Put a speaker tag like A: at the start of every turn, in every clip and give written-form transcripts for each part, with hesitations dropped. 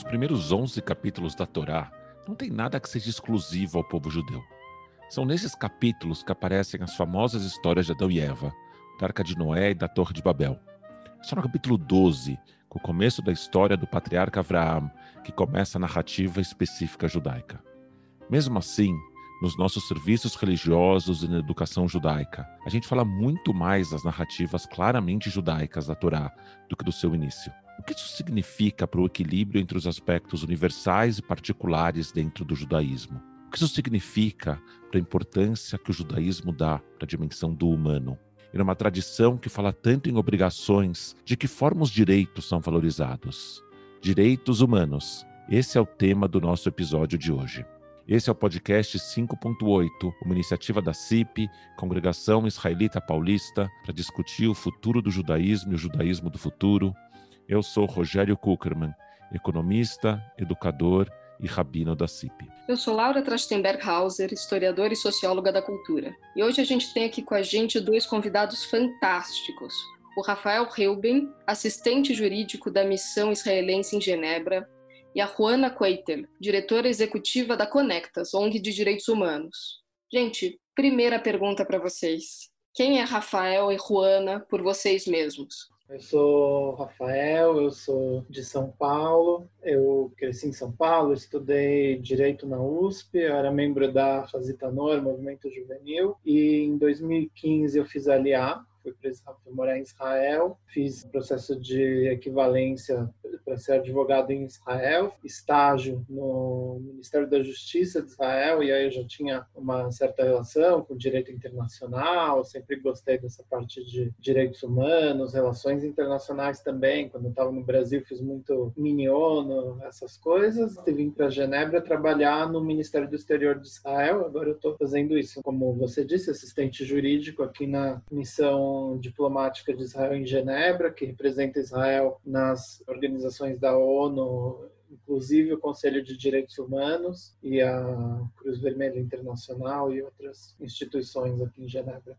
A: primeiros 11 capítulos da Torá não tem nada que seja exclusivo ao povo judeu. São nesses capítulos que aparecem as famosas histórias de Adão e Eva, da Arca de Noé e da Torre de Babel. Só no capítulo 12, com o começo da história do patriarca Abraão, que começa a narrativa específica judaica. Mesmo assim, nos nossos serviços religiosos e na educação judaica, a gente fala muito mais das narrativas claramente judaicas da Torá do que do seu início. O que isso significa para o equilíbrio entre os aspectos universais e particulares dentro do judaísmo? O que isso significa para a importância que o judaísmo dá para a dimensão do humano? E numa tradição que fala tanto em obrigações, de que forma os direitos são valorizados? Direitos humanos. Esse é o tema do nosso episódio de hoje. Esse é o podcast 5.8, uma iniciativa da CIP, Congregação Israelita Paulista, para discutir o futuro do judaísmo e o judaísmo do futuro. Eu sou Rogério Kuckerman, economista, educador e rabino da CIP.
B: Eu sou Laura Trachtenberg-Hauser, historiadora e socióloga da cultura. E hoje a gente tem aqui com a gente dois convidados fantásticos. O Rafael Reuben, assistente jurídico da missão israelense em Genebra, e a Juana Coitel, diretora executiva da Conectas, ONG de Direitos Humanos. Gente, primeira pergunta para vocês. Quem é Rafael e Juana por vocês mesmos?
C: Eu sou Rafael, eu sou de São Paulo, eu cresci em São Paulo, estudei Direito na USP, eu era membro da Hazitanor, Movimento Juvenil, e em 2015 eu fiz Aliá, fui morar em Israel, fiz processo de equivalência para ser advogado em Israel, estágio no Ministério da Justiça de Israel, e aí eu já tinha uma certa relação com direito internacional, sempre gostei dessa parte de direitos humanos, relações internacionais também. Quando eu estava no Brasil fiz muito mini-ONU, essas coisas. Vim para Genebra trabalhar no Ministério do Exterior de Israel, agora eu estou fazendo isso, como você disse, assistente jurídico aqui na missão diplomática de Israel em Genebra, que representa Israel nas organizações da ONU, inclusive o Conselho de Direitos Humanos e a Cruz Vermelha Internacional e outras instituições aqui em Genebra.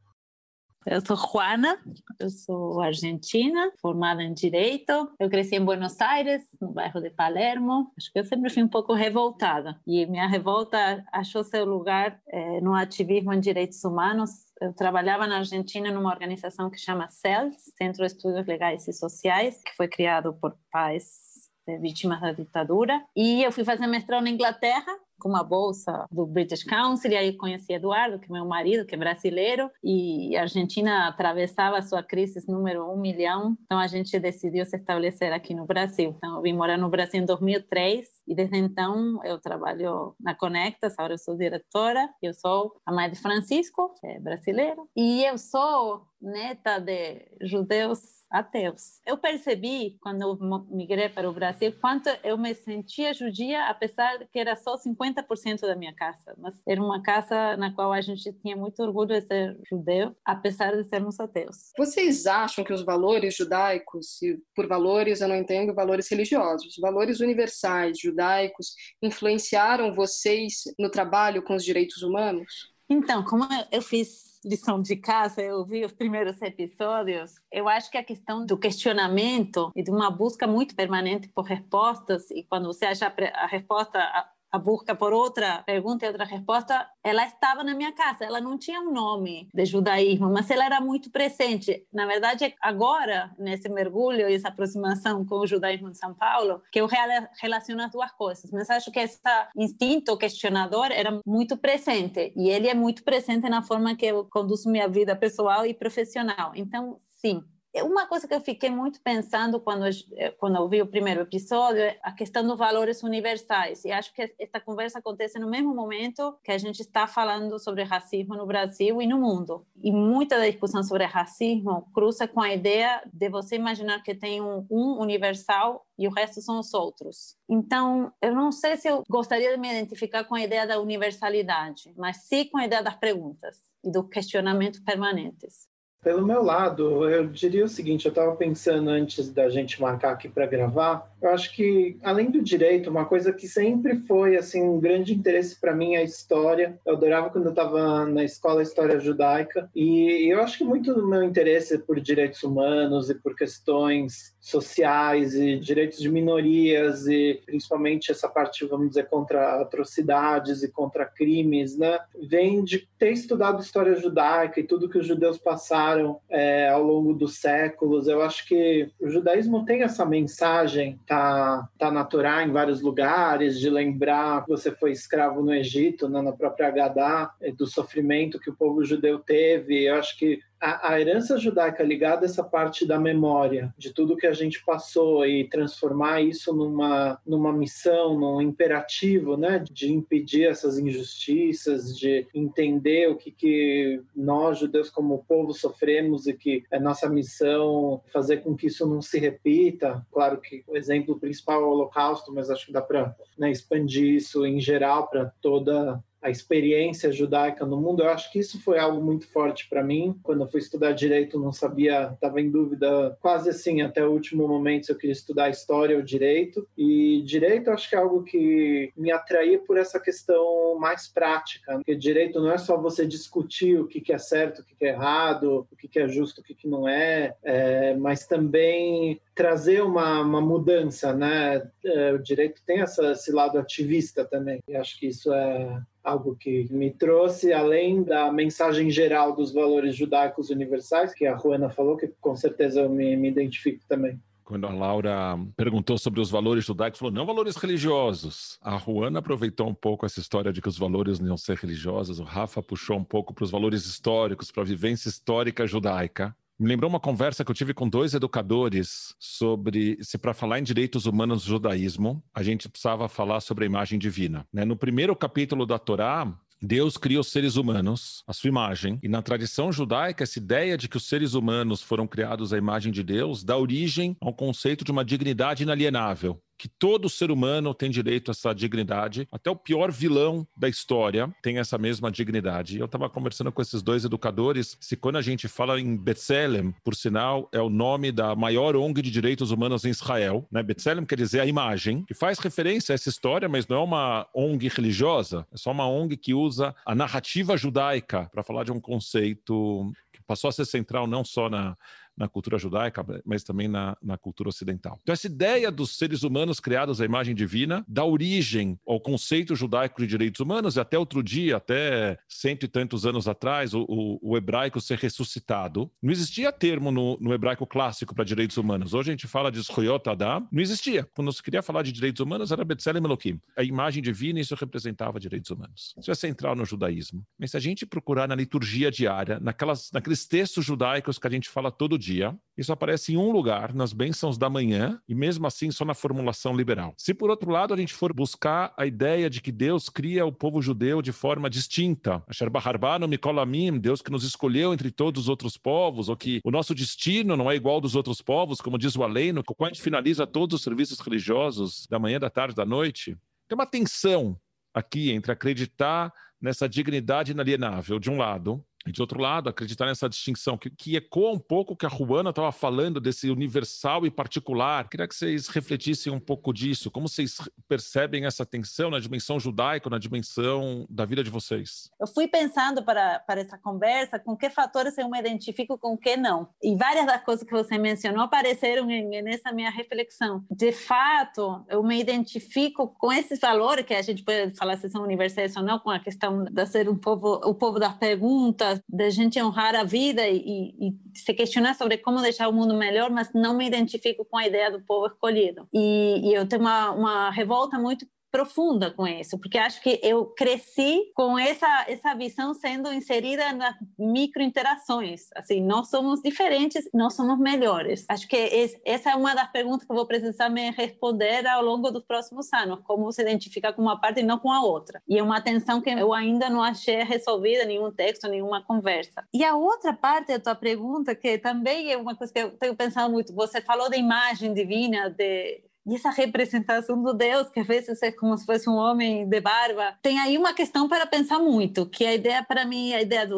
D: Eu sou Juana, eu sou argentina, formada em Direito. Eu cresci em Buenos Aires, no bairro de Palermo. Acho que eu sempre fui um pouco revoltada. E minha revolta achou seu lugar no ativismo em direitos humanos. Eu trabalhava na Argentina numa organização que chama CELS, Centro de Estudos Legais e Sociais, que foi criado por pais de vítimas da ditadura. E eu fui fazer mestrado na Inglaterra, com uma bolsa do British Council, e aí conheci Eduardo, que é meu marido, que é brasileiro, e a Argentina atravessava a sua crise número 1 milhão, então a gente decidiu se estabelecer aqui no Brasil. Então eu vim morar no Brasil em 2003, e desde então eu trabalho na Conectas, agora eu sou diretora, eu sou a mãe de Francisco, que é brasileiro, e eu sou neta de judeus ateus. Eu percebi, quando eu migrei para o Brasil, quanto eu me sentia judia, apesar que era só 50% da minha casa, mas era uma casa na qual a gente tinha muito orgulho de ser judeu, apesar de sermos ateus.
B: Vocês acham que os valores judaicos, e por valores eu não entendo valores religiosos, valores universais judaicos, influenciaram vocês no trabalho com os direitos humanos?
D: Então, como eu fiz lição de casa, eu vi os primeiros episódios, eu acho que a questão do questionamento e de uma busca muito permanente por respostas, e quando você acha a resposta, a busca por outra pergunta e outra resposta, ela estava na minha casa. Ela não tinha um nome de judaísmo, mas ela era muito presente. Na verdade, agora, nesse mergulho e essa aproximação com o judaísmo de São Paulo, que eu relaciono as duas coisas. Mas acho que esse instinto questionador era muito presente. E ele é muito presente na forma que eu conduzo minha vida pessoal e profissional. Então, sim. Uma coisa que eu fiquei muito pensando quando eu vi o primeiro episódio é a questão dos valores universais. E acho que esta conversa acontece no mesmo momento que a gente está falando sobre racismo no Brasil e no mundo. E muita da discussão sobre racismo cruza com a ideia de você imaginar que tem um universal e o resto são os outros. Então, eu não sei se eu gostaria de me identificar com a ideia da universalidade, mas sim com a ideia das perguntas e dos questionamentos permanentes.
C: Pelo meu lado, eu diria o seguinte, eu estava pensando antes da gente marcar aqui para gravar, Eu acho que, além do direito, uma coisa que sempre foi assim, um grande interesse para mim é a história. Eu adorava quando eu estava na escola História Judaica, e eu acho que muito do meu interesse por direitos humanos e por questões sociais e direitos de minorias, e principalmente essa parte, vamos dizer, contra atrocidades e contra crimes, né? Vem de ter estudado história judaica e tudo que os judeus passaram ao longo dos séculos. Eu acho que o judaísmo tem essa mensagem, tá na Torá em vários lugares, de lembrar que você foi escravo no Egito, né, na própria Agadá, do sofrimento que o povo judeu teve. Eu acho que a herança judaica ligada a essa parte da memória, de tudo que a gente passou, e transformar isso numa missão, num imperativo, né, de impedir essas injustiças, de entender o que nós, judeus, como povo, sofremos, e que é nossa missão fazer com que isso não se repita. Claro que o exemplo principal é o Holocausto, mas acho que dá para, né, expandir isso em geral para toda a experiência judaica no mundo. Eu acho que isso foi algo muito forte para mim. Quando eu fui estudar direito, não sabia, estava em dúvida quase assim até o último momento se eu queria estudar história ou direito. E direito, eu acho que é algo que me atraía por essa questão mais prática, porque direito não é só você discutir o que é certo, o que é errado, o que é justo, o que não é, mas também trazer uma mudança, né? O direito tem esse lado ativista também. E acho que isso é algo que me trouxe, além da mensagem geral dos valores judaicos universais, que a Juana falou, que com certeza eu me identifico também.
A: Quando a Laura perguntou sobre os valores judaicos, falou, não valores religiosos. A Juana aproveitou um pouco essa história de que os valores não iam ser religiosos. O Rafa puxou um pouco para os valores históricos, para a vivência histórica judaica. Me lembrou uma conversa que eu tive com 2 educadores sobre se para falar em direitos humanos do judaísmo, a gente precisava falar sobre a imagem divina, né? No primeiro capítulo da Torá, Deus cria os seres humanos à sua imagem, e na tradição judaica essa ideia de que os seres humanos foram criados à imagem de Deus dá origem ao conceito de uma dignidade inalienável, que todo ser humano tem direito a essa dignidade, até o pior vilão da história tem essa mesma dignidade. E eu estava conversando com esses 2 educadores, se quando a gente fala em B'Tselem, por sinal, é o nome da maior ONG de direitos humanos em Israel, né? B'Tselem quer dizer a imagem, que faz referência a essa história, mas não é uma ONG religiosa, é só uma ONG que usa a narrativa judaica para falar de um conceito que passou a ser central não só na cultura judaica, mas também na cultura ocidental. Então, essa ideia dos seres humanos criados à imagem divina dá origem ao conceito judaico de direitos humanos, e até outro dia, até 100 e tantos anos atrás, o hebraico ser ressuscitado. Não existia termo no hebraico clássico para direitos humanos. Hoje a gente fala de Zchuyot Adam. Não existia. Quando se queria falar de direitos humanos, era B'Tselem Elohim. A imagem divina, isso representava direitos humanos. Isso é central no judaísmo. Mas se a gente procurar na liturgia diária, naqueles textos judaicos que a gente fala todo dia, isso aparece em um lugar, nas bênçãos da manhã, e mesmo assim só na formulação liberal. Se por outro lado a gente for buscar a ideia de que Deus cria o povo judeu de forma distinta, Asher Baharbanu Mikol Amim, Deus que nos escolheu entre todos os outros povos, ou que o nosso destino não é igual ao dos outros povos, como diz o Aleino, quando a gente finaliza todos os serviços religiosos da manhã, da tarde, da noite, tem uma tensão aqui entre acreditar nessa dignidade inalienável, de um lado, e de outro lado, acreditar nessa distinção, que ecoa um pouco o que a Juana estava falando, desse universal e particular. Queria que vocês refletissem um pouco disso. Como vocês percebem essa tensão na dimensão judaica, na dimensão da vida de vocês?
D: Eu fui pensando para essa conversa com que fatores eu me identifico, com que não. E várias das coisas que você mencionou apareceram nessa minha reflexão. De fato, eu me identifico com esses valores, que a gente pode falar se são universais ou não, com a questão de ser o povo das perguntas, da gente honrar a vida e se questionar sobre como deixar o mundo melhor, mas não me identifico com a ideia do povo escolhido. E eu tenho uma revolta muito profunda com isso, porque acho que eu cresci com essa visão sendo inserida nas microinterações. Assim, nós somos diferentes, nós somos melhores. Acho que essa é uma das perguntas que eu vou precisar me responder ao longo dos próximos anos, como se identificar com uma parte e não com a outra. E é uma tensão que eu ainda não achei resolvida em nenhum texto, nenhuma conversa. E a outra parte da tua pergunta, que também é uma coisa que eu tenho pensado muito, você falou da imagem divina, e essa representação do Deus, que às vezes é como se fosse um homem de barba, tem aí uma questão para pensar muito, que a ideia, para mim, a ideia do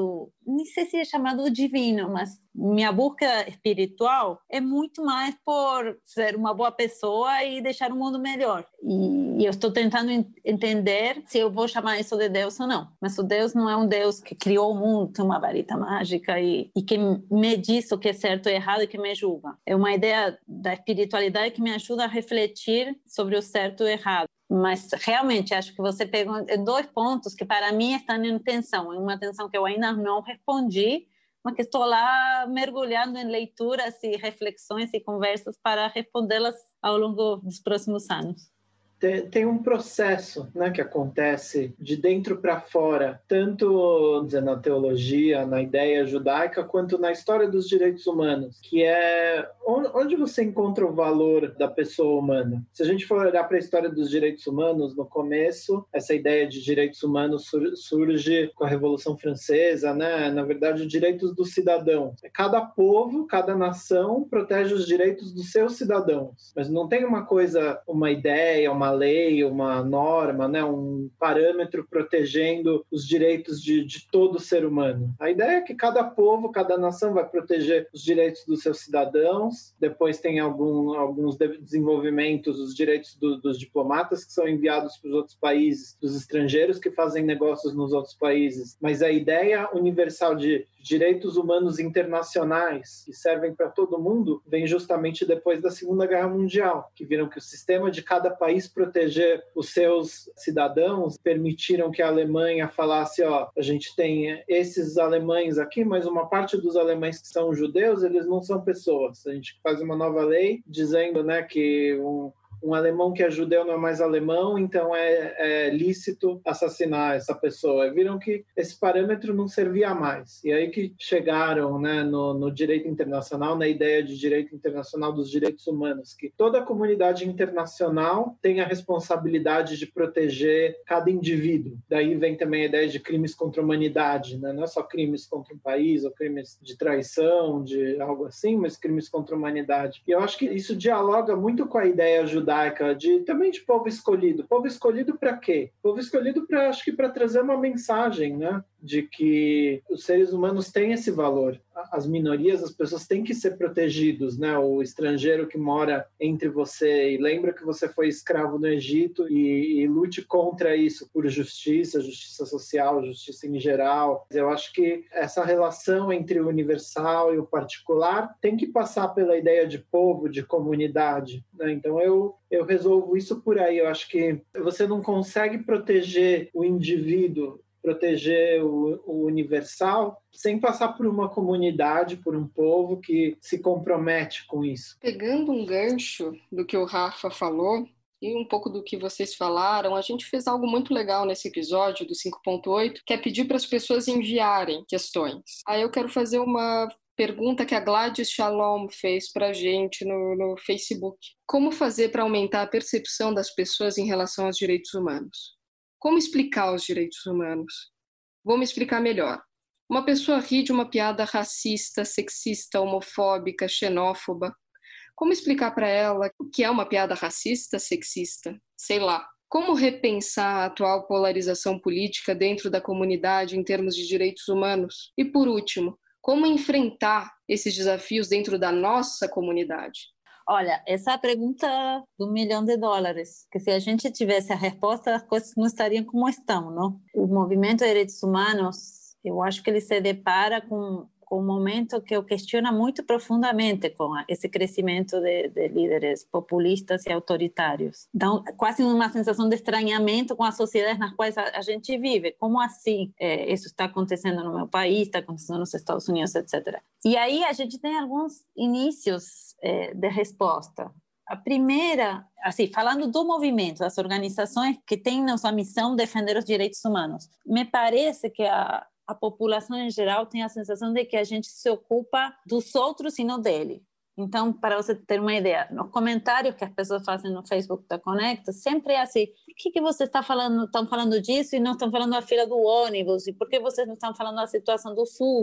D: nem sei se é chamado divino, mas minha busca espiritual é muito mais por ser uma boa pessoa e deixar o mundo melhor. E eu estou tentando entender se eu vou chamar isso de Deus ou não. Mas o Deus não é um Deus que criou o mundo, tem uma varita mágica e que me diz o que é certo e errado e que me julga. É uma ideia da espiritualidade que me ajuda a refletir sobre o certo e o errado. Mas realmente acho que você pegou 2 pontos que para mim estão em tensão, uma tensão que eu ainda não respondi, mas que estou lá mergulhando em leituras e reflexões e conversas para respondê-las ao longo dos próximos anos.
C: Tem um processo, né, que acontece de dentro para fora, tanto na teologia, na ideia judaica, quanto na história dos direitos humanos, que é onde você encontra o valor da pessoa humana. Se a gente for olhar para a história dos direitos humanos, no começo, essa ideia de direitos humanos surge com a Revolução Francesa, né? Na verdade, os direitos dos cidadãos. Cada povo, cada nação protege os direitos dos seus cidadãos, mas não tem uma ideia, uma lei, uma norma, né, um parâmetro protegendo os direitos de todo ser humano. A ideia é que cada povo, cada nação vai proteger os direitos dos seus cidadãos. Depois tem alguns desenvolvimentos, os direitos dos diplomatas que são enviados para os outros países, dos estrangeiros que fazem negócios nos outros países. Mas a ideia universal de direitos humanos internacionais que servem para todo mundo vem justamente depois da Segunda Guerra Mundial, que viram que o sistema de cada país proteger os seus cidadãos permitiram que a Alemanha falasse, a gente tem esses alemães aqui, mas uma parte dos alemães que são judeus, eles não são pessoas. A gente faz uma nova lei dizendo, né, que um alemão que é judeu não é mais alemão, então é lícito assassinar essa pessoa. E viram que esse parâmetro não servia mais. E aí que chegaram, né, no direito internacional, na ideia de direito internacional dos direitos humanos, que toda a comunidade internacional tem a responsabilidade de proteger cada indivíduo. Daí vem também a ideia de crimes contra a humanidade, né? Não é só crimes contra um país ou crimes de traição, de algo assim, mas crimes contra a humanidade. E eu acho que isso dialoga muito com a ideia judaica também de povo escolhido. Povo escolhido para quê? Povo escolhido para trazer uma mensagem, né, de que os seres humanos têm esse valor. As minorias, as pessoas têm que ser protegidos, né? O estrangeiro que mora entre você e lembra que você foi escravo no Egito e lute contra isso por justiça social, justiça em geral. Eu acho que essa relação entre o universal e o particular tem que passar pela ideia de povo, de comunidade, né? Então eu resolvo isso por aí. Eu acho que você não consegue proteger o indivíduo, proteger o universal sem passar por uma comunidade, por um povo que se compromete com isso.
B: Pegando um gancho do que o Rafa falou e um pouco do que vocês falaram, a gente fez algo muito legal nesse episódio do 5.8, que é pedir para as pessoas enviarem questões. Aí eu quero fazer uma pergunta que a Gladys Shalom fez para a gente no Facebook. Como fazer para aumentar a percepção das pessoas em relação aos direitos humanos? Como explicar os direitos humanos? Vou me explicar melhor. Uma pessoa ri de uma piada racista, sexista, homofóbica, xenófoba. Como explicar para ela o que é uma piada racista, sexista? Sei lá. Como repensar a atual polarização política dentro da comunidade em termos de direitos humanos? E, por último, como enfrentar esses desafios dentro da nossa comunidade?
D: Olha, essa é a pergunta do $1 milhão, que se a gente tivesse a resposta, as coisas não estariam como estão, não? O movimento de direitos humanos, eu acho que ele se depara com um momento que eu questiono muito profundamente com esse crescimento de líderes populistas e autoritários. Então, quase uma sensação de estranhamento com as sociedades nas quais a gente vive. Como assim isso está acontecendo no meu país, está acontecendo nos Estados Unidos, etc. E aí a gente tem alguns inícios de resposta. A primeira, assim, falando do movimento, das organizações que têm na sua missão defender os direitos humanos, me parece que a população em geral tem a sensação de que a gente se ocupa dos outros e não dele. Então, para você ter uma ideia, nos comentários que as pessoas fazem no Facebook da Conecta, sempre é assim, por que vocês estão falando disso e não estão falando da fila do ônibus? E por que vocês não estão falando da situação do SUS?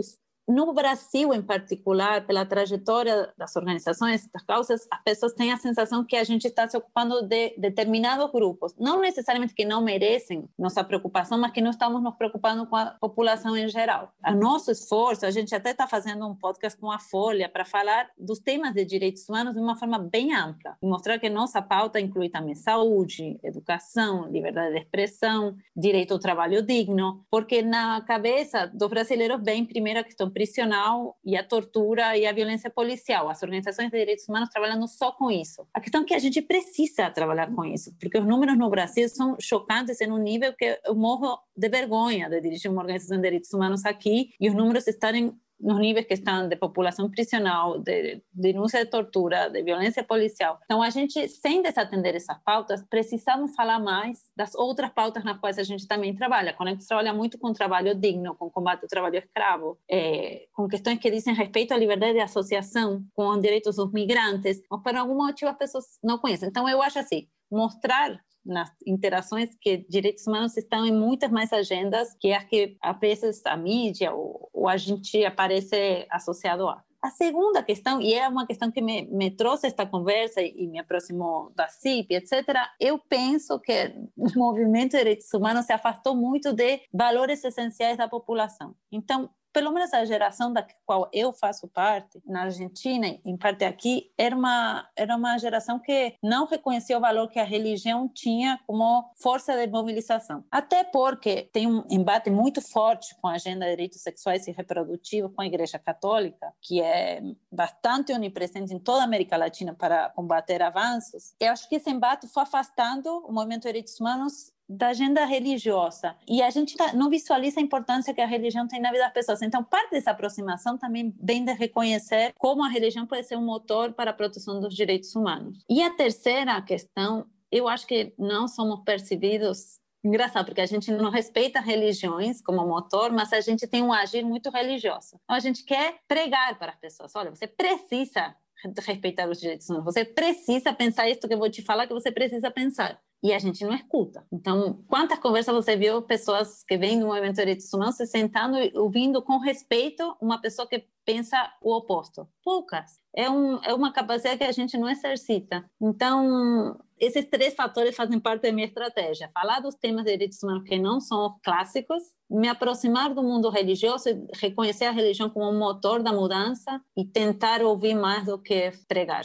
D: no Brasil, em particular, pela trajetória das organizações, das causas, as pessoas têm a sensação que a gente está se ocupando de determinados grupos, não necessariamente que não merecem nossa preocupação, mas que não estamos nos preocupando com a população em geral. O nosso esforço, a gente até está fazendo um podcast com a Folha para falar dos temas de direitos humanos de uma forma bem ampla e mostrar que nossa pauta inclui também saúde, educação, liberdade de expressão, direito ao trabalho digno, porque na cabeça dos brasileiros vem primeiro a questão prisional e a tortura e a violência policial. As organizações de direitos humanos trabalhando só com isso. A questão é que a gente precisa trabalhar com isso, porque os números no Brasil são chocantes em um nível que eu morro de vergonha de dirigir uma organização de direitos humanos aqui e os números estarem nos níveis que estão de população prisional, de denúncia de tortura, de violência policial. Então, a gente, sem desatender essas pautas, precisamos falar mais das outras pautas nas quais a gente também trabalha. A Conectos trabalha muito com trabalho digno, com combate ao trabalho escravo, com questões que dizem respeito à liberdade de associação, com os direitos dos migrantes, mas por algum motivo as pessoas não conhecem. Então, eu acho assim, mostrar nas interações que direitos humanos estão em muitas mais agendas que as que às vezes a mídia ou a gente aparece associado a. A segunda questão, e é uma questão que me trouxe esta conversa e me aproximou da CIP, etc., eu penso que o movimento de direitos humanos se afastou muito de valores essenciais da população. Então, pelo menos a geração da qual eu faço parte, na Argentina, em parte aqui, era uma geração que não reconhecia o valor que a religião tinha como força de mobilização. Até porque tem um embate muito forte com a agenda de direitos sexuais e reprodutivos com a Igreja Católica, que é bastante onipresente em toda a América Latina para combater avanços. Eu acho que esse embate foi afastando o movimento de direitos humanos da agenda religiosa. E a gente não visualiza a importância que a religião tem na vida das pessoas. Então, parte dessa aproximação também vem de reconhecer como a religião pode ser um motor para a proteção dos direitos humanos. E a terceira questão, eu acho que não somos percebidos. Engraçado, porque a gente não respeita religiões como motor, mas a gente tem um agir muito religioso. Então, a gente quer pregar para as pessoas. Olha, você precisa respeitar os direitos humanos. Você precisa pensar isso que eu vou te falar, que você precisa pensar. E a gente não escuta. Então, quantas conversas você viu pessoas que vêm do movimento de direitos humanos se sentando e ouvindo com respeito uma pessoa que pensa o oposto? Poucas. É uma capacidade que a gente não exercita. Então, esses três fatores fazem parte da minha estratégia. Falar dos temas de direitos humanos que não são clássicos, me aproximar do mundo religioso, reconhecer a religião como um motor da mudança e tentar ouvir mais do que pregar.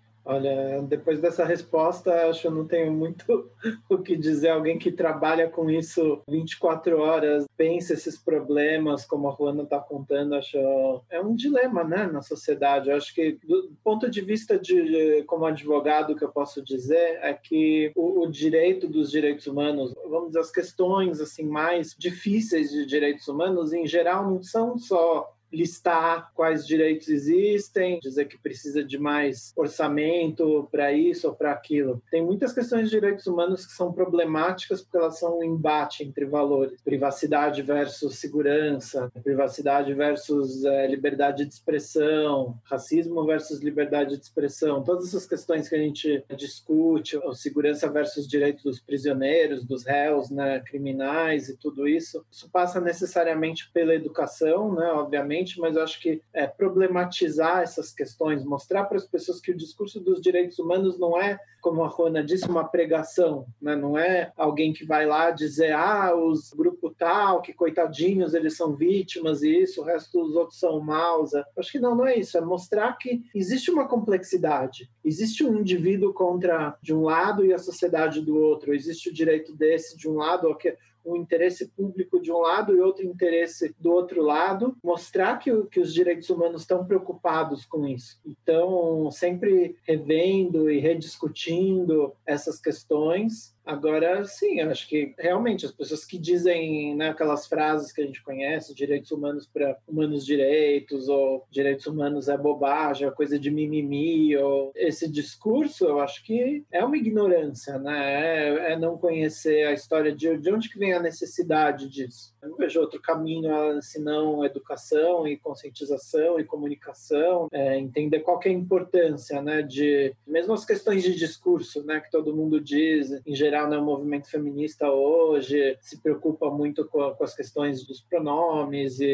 C: Olha, depois dessa resposta, acho que eu não tenho muito o que dizer. Alguém que trabalha com isso 24 horas, pensa esses problemas, como a Juana está contando, acho é um dilema, né, na sociedade. Eu acho que, do ponto de vista como advogado, que eu posso dizer é que o direito dos direitos humanos, vamos dizer, as questões assim, mais difíceis de direitos humanos, em geral, não são só listar quais direitos existem, dizer que precisa de mais orçamento para isso ou para aquilo. Tem muitas questões de direitos humanos que são problemáticas porque elas são um embate entre valores. Privacidade versus segurança, privacidade versus liberdade de expressão, racismo versus liberdade de expressão. Todas essas questões que a gente discute, segurança versus direitos dos prisioneiros, dos réus, né, criminais e tudo isso, isso passa necessariamente pela educação, né, obviamente, mas eu acho que problematizar essas questões, mostrar para as pessoas que o discurso dos direitos humanos não é, como a Juana disse, uma pregação, né? Não é alguém que vai lá dizer os grupo tal, que coitadinhos, eles são vítimas e isso, o resto dos outros são maus. Eu acho que não é isso, é mostrar que existe uma complexidade, existe um indivíduo contra de um lado e a sociedade do outro, existe o direito desse de um lado, um interesse público de um lado e outro interesse do outro lado, mostrar que os direitos humanos estão preocupados com isso. Então, sempre revendo e rediscutindo essas questões. Agora, sim, eu acho que realmente as pessoas que dizem, né, aquelas frases que a gente conhece, direitos humanos para humanos direitos, ou direitos humanos é bobagem, é coisa de mimimi, ou esse discurso, eu acho que é uma ignorância, né? É não conhecer a história de onde que vem a necessidade disso. Eu não vejo outro caminho senão educação e conscientização e comunicação, entender qual que é a importância, né, de mesmo as questões de discurso, né, que todo mundo diz, em geral, né, o movimento feminista hoje se preocupa muito com as questões dos pronomes e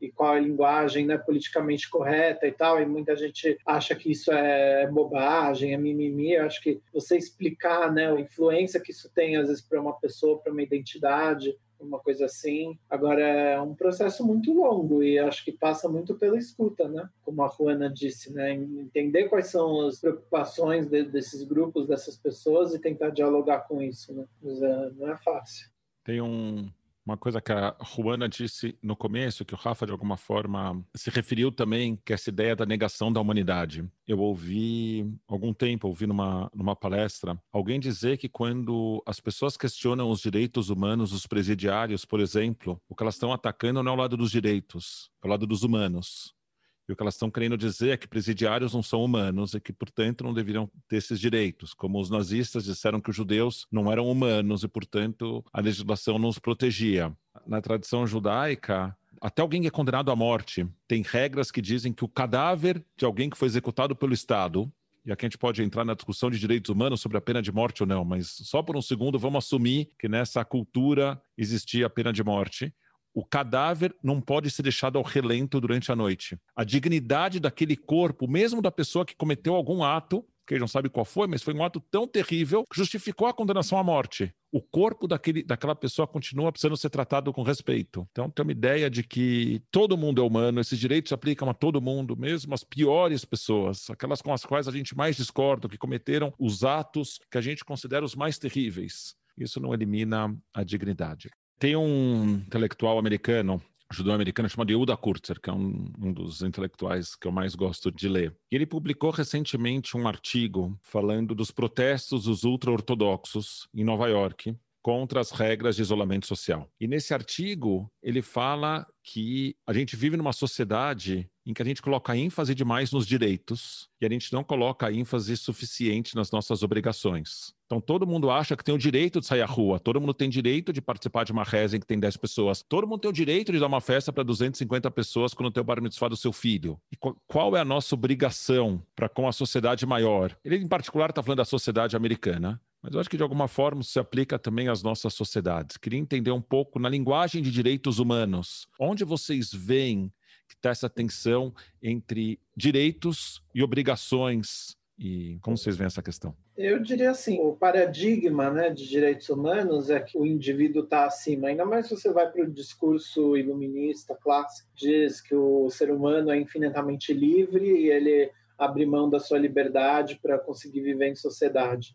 C: e qual é a linguagem, né, politicamente correta e tal, e muita gente acha que isso é bobagem, é mimimi. Eu acho que você explicar, né, a influência que isso tem, às vezes, para uma pessoa, para uma identidade, uma coisa assim. Agora, é um processo muito longo e acho que passa muito pela escuta, né? Como a Juana disse, né? Entender quais são as preocupações desses grupos, dessas pessoas e tentar dialogar com isso, né? Mas não é fácil.
A: Tem uma coisa que a Juana disse no começo, que o Rafa, de alguma forma, se referiu também, que é essa ideia da negação da humanidade. Eu ouvi, algum tempo, numa palestra, alguém dizer que quando as pessoas questionam os direitos humanos dos presidiários, por exemplo, o que elas estão atacando não é o lado dos direitos, é o lado dos humanos. E o que elas estão querendo dizer é que presidiários não são humanos e que, portanto, não deveriam ter esses direitos. Como os nazistas disseram que os judeus não eram humanos e, portanto, a legislação não os protegia. Na tradição judaica, até alguém que é condenado à morte, tem regras que dizem que o cadáver de alguém que foi executado pelo Estado, e aqui a gente pode entrar na discussão de direitos humanos sobre a pena de morte ou não, mas só por um segundo vamos assumir que nessa cultura existia a pena de morte. O cadáver não pode ser deixado ao relento durante a noite. A dignidade daquele corpo, mesmo da pessoa que cometeu algum ato, que a gente não sabe qual foi, mas foi um ato tão terrível que justificou a condenação à morte. O corpo daquela pessoa continua precisando ser tratado com respeito. Então, tem uma ideia de que todo mundo é humano, esses direitos se aplicam a todo mundo, mesmo as piores pessoas, aquelas com as quais a gente mais discorda, que cometeram os atos que a gente considera os mais terríveis. Isso não elimina a dignidade. Tem um intelectual americano, judeu-americano, chamado Yehuda Kurtzer, que é um dos intelectuais que eu mais gosto de ler. E ele publicou recentemente um artigo falando dos protestos dos ultra-ortodoxos em Nova York contra as regras de isolamento social. E nesse artigo, ele fala que a gente vive numa sociedade em que a gente coloca ênfase demais nos direitos e a gente não coloca ênfase suficiente nas nossas obrigações. Então, todo mundo acha que tem o direito de sair à rua, todo mundo tem direito de participar de uma reza em que tem 10 pessoas, todo mundo tem o direito de dar uma festa para 250 pessoas quando tem o bar mitzvah do seu filho. E qual é a nossa obrigação para com a sociedade maior? Ele, em particular, está falando da sociedade americana, mas eu acho que, de alguma forma, se aplica também às nossas sociedades. Queria entender um pouco, na linguagem de direitos humanos, onde vocês veem que está essa tensão entre direitos e obrigações, e como vocês veem essa questão?
C: Eu diria assim, o paradigma, né, de direitos humanos é que o indivíduo está acima. Ainda mais se você vai para o discurso iluminista clássico, diz que o ser humano é infinitamente livre e ele abre mão da sua liberdade para conseguir viver em sociedade.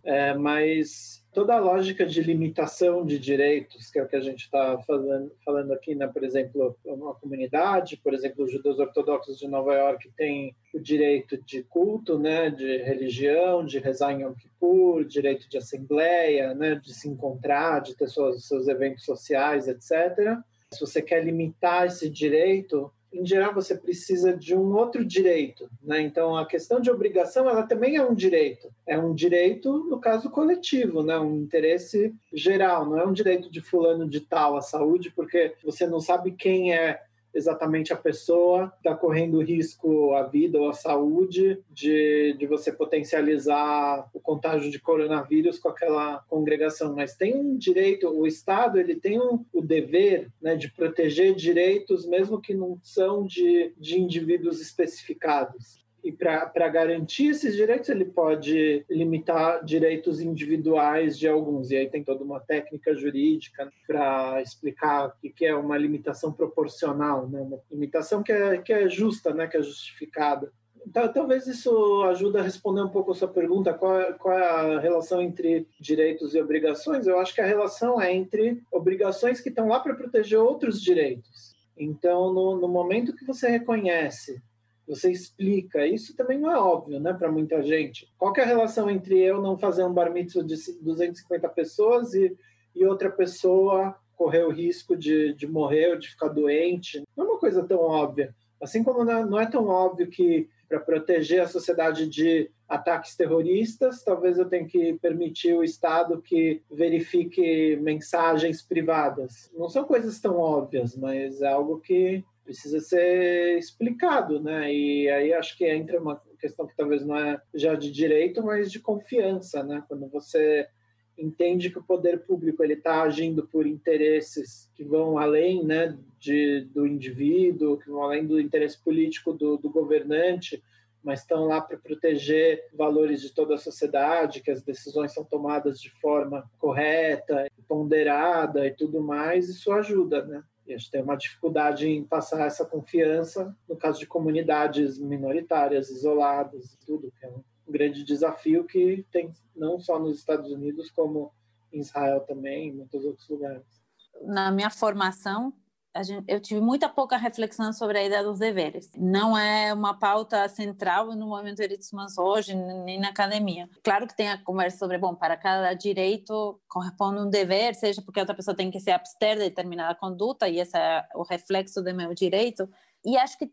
C: Mas toda a lógica de limitação de direitos, que é o que a gente está falando aqui, né? Por exemplo, uma comunidade, por exemplo, os judeus ortodoxos de Nova York têm o direito de culto, né? De religião, de rezar em Yom Kippur, direito de assembleia, né? De se encontrar, de ter seus eventos sociais, etc. Se você quer limitar esse direito, em geral, você precisa de um outro direito, né? Então, a questão de obrigação, ela também é um direito. É um direito, no caso, coletivo, né? Um interesse geral. Não é um direito de fulano de tal à saúde, porque você não sabe quem é exatamente a pessoa que está correndo risco à vida ou à saúde de você potencializar o contágio de coronavírus com aquela congregação. Mas tem um direito, o Estado ele tem o dever, né, de proteger direitos, mesmo que não são de indivíduos especificados. E para garantir esses direitos, ele pode limitar direitos individuais de alguns. E aí tem toda uma técnica jurídica para explicar o que é uma limitação proporcional, né? Uma limitação que é justa, né? Que é justificada. Então, talvez isso ajude a responder um pouco a sua pergunta, qual é a relação entre direitos e obrigações. Eu acho que a relação é entre obrigações que estão lá para proteger outros direitos. Então, no momento que você reconhece, você explica, isso também não é óbvio, né, para muita gente. Qual que é a relação entre eu não fazer um bar mitzvah de 250 pessoas e outra pessoa correr o risco de morrer ou de ficar doente? Não é uma coisa tão óbvia. Assim como não é tão óbvio que, para proteger a sociedade de ataques terroristas, talvez eu tenha que permitir o Estado que verifique mensagens privadas. Não são coisas tão óbvias, mas é algo que precisa ser explicado, né? E aí acho que entra uma questão que talvez não é já de direito, mas de confiança, né? Quando você entende que o poder público ele está agindo por interesses que vão além, né, do indivíduo, que vão além do interesse político do governante, mas estão lá para proteger valores de toda a sociedade, que as decisões são tomadas de forma correta, ponderada e tudo mais, isso ajuda, né? E a gente tem uma dificuldade em passar essa confiança no caso de comunidades minoritárias, isoladas e tudo, que é um grande desafio que tem não só nos Estados Unidos, como em Israel também, em muitos outros lugares.
D: Na minha formação, eu tive muita pouca reflexão sobre a ideia dos deveres. Não é uma pauta central no movimento de direitos humanos hoje, nem na academia. Claro que tem a conversa sobre, para cada direito corresponde um dever, seja porque a outra pessoa tem que se abster de determinada conduta, e esse é o reflexo do meu direito. E acho que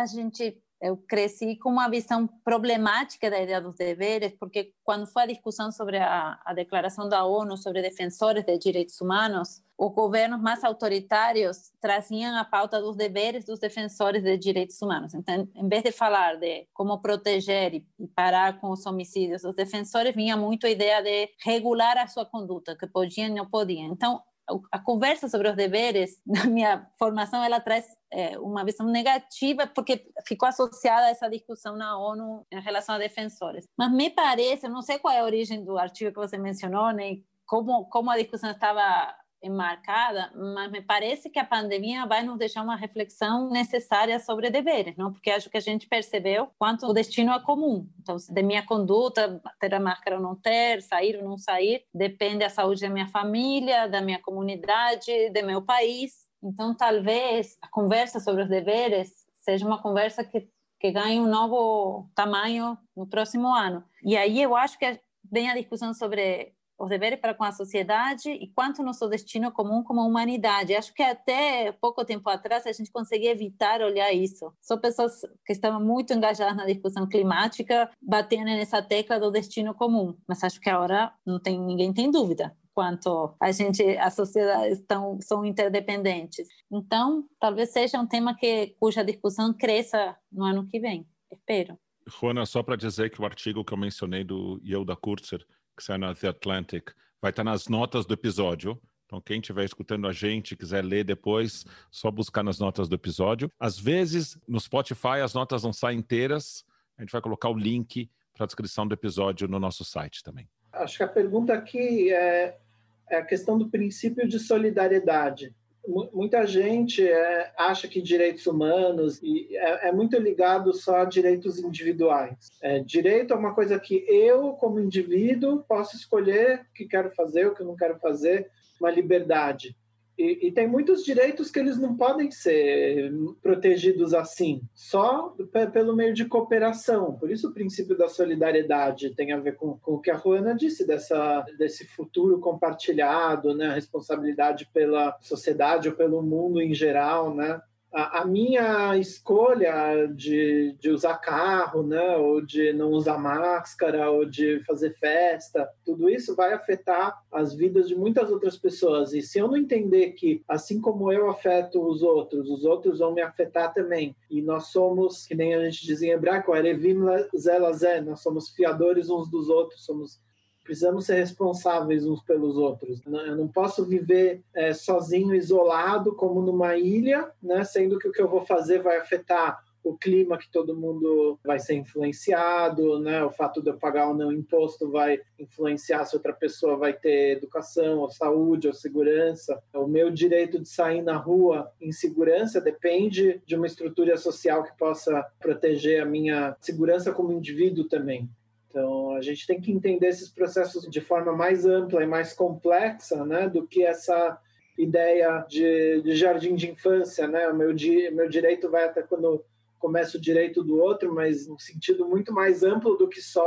D: eu cresci com uma visão problemática da ideia dos deveres, porque quando foi a discussão sobre a declaração da ONU sobre defensores de direitos humanos, os governos mais autoritários traziam a pauta dos deveres dos defensores de direitos humanos. Então, em vez de falar de como proteger e parar com os homicídios dos defensores, vinha muito a ideia de regular a sua conduta, que podiam e não podiam. Então, a conversa sobre os deveres, na minha formação, ela traz uma visão negativa, porque ficou associada a essa discussão na ONU em relação a defensores. Mas me parece, eu não sei qual é a origem do artigo que você mencionou, nem como a discussão estava enmarcada, mas me parece que a pandemia vai nos deixar uma reflexão necessária sobre deveres, não? Porque acho que a gente percebeu quanto o destino é comum. Então, de minha conduta, ter a máscara ou não ter, sair ou não sair, depende da saúde da minha família, da minha comunidade, do meu país. Então, talvez a conversa sobre os deveres seja uma conversa que ganhe um novo tamanho no próximo ano. E aí eu acho que vem a discussão sobre os deveres para com a sociedade e quanto nosso destino comum como humanidade. Acho que até pouco tempo atrás a gente conseguia evitar olhar isso. Só pessoas que estavam muito engajadas na discussão climática batendo nessa tecla do destino comum. Mas acho que agora ninguém tem dúvida quanto as sociedades são interdependentes. Então, talvez seja um tema cuja discussão cresça no ano que vem. Espero.
A: Juana, só para dizer que o artigo que eu mencionei do Yehuda Kurtzer, que sai na The Atlantic, vai estar nas notas do episódio. Então, quem estiver escutando a gente, quiser ler depois, só buscar nas notas do episódio. Às vezes, no Spotify, as notas não saem inteiras. A gente vai colocar o link para a descrição do episódio no nosso site também.
C: Acho que a pergunta aqui é a questão do princípio de solidariedade. Muita gente acha que direitos humanos é muito ligado só a direitos individuais. Direito é uma coisa que eu, como indivíduo, posso escolher o que quero fazer, o que não quero fazer, uma liberdade. E tem muitos direitos que eles não podem ser protegidos assim, só pelo meio de cooperação. Por isso o princípio da solidariedade tem a ver com o que a Juana disse, desse futuro compartilhado, né? A responsabilidade pela sociedade ou pelo mundo em geral, né? A minha escolha de usar carro, né, ou de não usar máscara, ou de fazer festa, tudo isso vai afetar as vidas de muitas outras pessoas. E se eu não entender que, assim como eu afeto os outros vão me afetar também. E nós somos, que nem a gente diz em hebraico, erevim zelazé, nós somos fiadores uns dos outros, precisamos ser responsáveis uns pelos outros. Eu não posso viver sozinho, isolado, como numa ilha, né? Sendo que o que eu vou fazer vai afetar o clima, que todo mundo vai ser influenciado, né? O fato de eu pagar ou não imposto vai influenciar se outra pessoa vai ter educação, ou saúde, ou segurança. O meu direito de sair na rua em segurança depende de uma estrutura social que possa proteger a minha segurança como indivíduo também. Então, a gente tem que entender esses processos de forma mais ampla e mais complexa, né, do que essa ideia de jardim de infância, né? O meu direito vai até quando começa o direito do outro, mas num sentido muito mais amplo do que só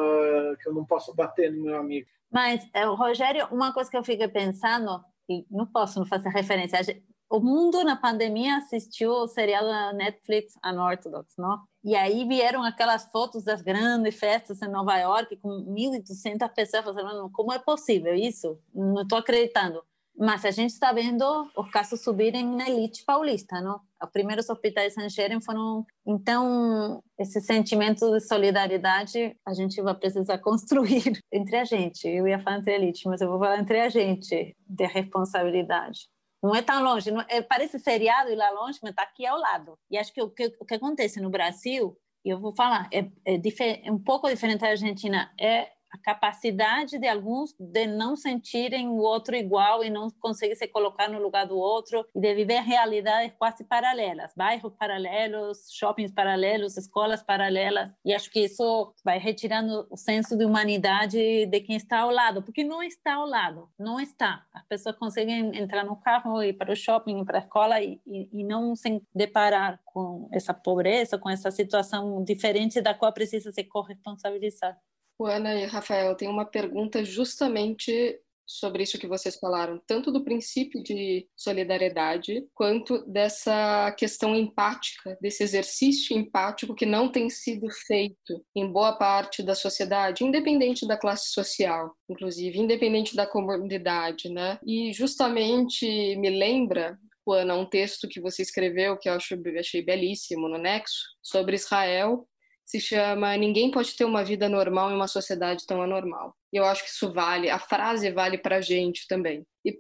C: que eu não posso bater no meu amigo.
D: Mas, Rogério, uma coisa que eu fiquei pensando, e não posso não fazer referência, o mundo na pandemia assistiu o seriado da Netflix Unorthodox, não? E aí vieram aquelas fotos das grandes festas em Nova York com 1.200 pessoas falando, como é possível isso? Não estou acreditando. Mas a gente está vendo os casos subirem na elite paulista, não? Os primeiros hospitais em gerem foram... Então, esse sentimento de solidariedade a gente vai precisar construir entre a gente. Eu ia falar entre a elite, mas eu vou falar entre a gente, de responsabilidade. Não é tão longe, não, parece seriado ir lá longe, mas está aqui ao lado. E acho que o que acontece no Brasil, e eu vou falar, é um pouco diferente da Argentina, é a capacidade de alguns de não sentirem o outro igual e não conseguir se colocar no lugar do outro e de viver realidades quase paralelas, bairros paralelos, shoppings paralelos, escolas paralelas, e acho que isso vai retirando o senso de humanidade de quem está ao lado, porque não está ao lado, não está. As pessoas conseguem entrar no carro, ir para o shopping, ir para a escola e não se deparar com essa pobreza, com essa situação diferente da qual precisa se corresponsabilizar.
B: Ana e Rafael, tem uma pergunta justamente sobre isso que vocês falaram, tanto do princípio de solidariedade, quanto dessa questão empática, desse exercício empático que não tem sido feito em boa parte da sociedade, independente da classe social, inclusive, independente da comunidade, né? E justamente me lembra, Ana, um texto que você escreveu, que eu achei belíssimo, no Nexo, sobre Israel, se chama Ninguém pode ter uma vida normal em uma sociedade tão anormal. E eu acho que isso vale, a frase vale para a gente também. E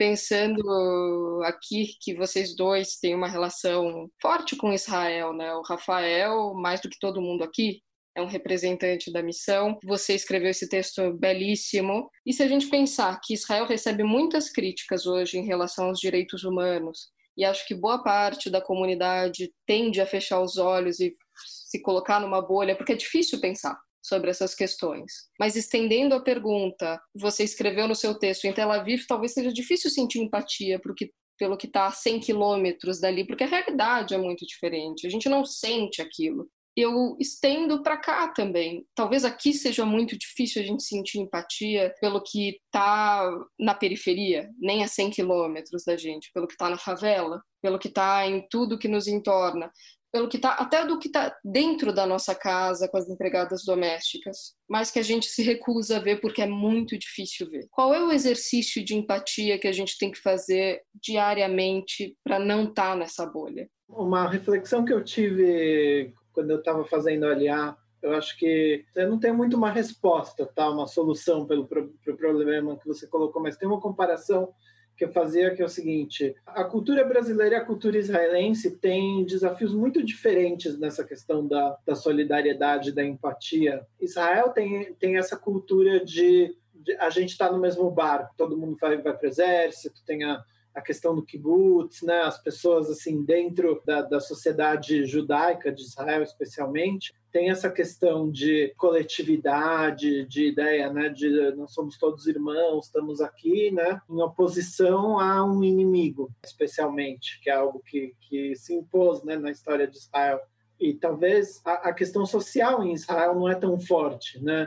B: pensando aqui que vocês dois têm uma relação forte com Israel, né? O Rafael, mais do que todo mundo aqui, é um representante da missão. Você escreveu esse texto belíssimo. E se a gente pensar que Israel recebe muitas críticas hoje em relação aos direitos humanos, e acho que boa parte da comunidade tende a fechar os olhos e se colocar numa bolha, porque é difícil pensar sobre essas questões. Mas estendendo a pergunta, você escreveu no seu texto, em Tel Aviv talvez seja difícil sentir empatia pelo que está a 100 quilômetros dali, porque a realidade é muito diferente, a gente não sente aquilo. Eu estendo para cá também. Talvez aqui seja muito difícil a gente sentir empatia pelo que está na periferia, nem a 100 quilômetros da gente, pelo que está na favela, pelo que está em tudo que nos entorna, pelo que tá, até do que está dentro da nossa casa com as empregadas domésticas, mas que a gente se recusa a ver porque é muito difícil ver. Qual é o exercício de empatia que a gente tem que fazer diariamente para não estar nessa bolha?
C: Uma reflexão que eu tive quando eu estava fazendo a LA, eu acho que eu não tenho muito uma resposta, tá? Uma solução pro problema que você colocou, mas tem uma comparação que eu fazia, que é o seguinte: a cultura brasileira e a cultura israelense têm desafios muito diferentes nessa questão da solidariedade, da empatia. Israel tem essa cultura de a gente estar no mesmo barco, todo mundo vai para o exército, tem a questão do kibbutz, né? As pessoas assim dentro da sociedade judaica de Israel especialmente tem essa questão de coletividade, de ideia, né? De nós somos todos irmãos, estamos aqui, né? Em oposição a um inimigo, especialmente, que é algo que se impôs, né? Na história de Israel. E talvez a questão social em Israel não é tão forte, né?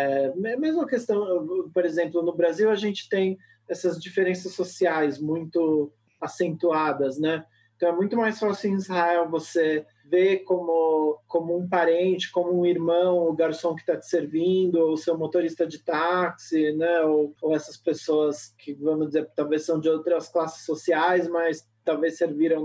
C: Mesmo a questão, por exemplo, no Brasil a gente tem essas diferenças sociais muito acentuadas, né? Então é muito mais fácil em Israel você ver como um parente, como um irmão, o garçom que está te servindo, ou o seu motorista de táxi, né? Ou essas pessoas que, vamos dizer, talvez são de outras classes sociais, mas talvez serviram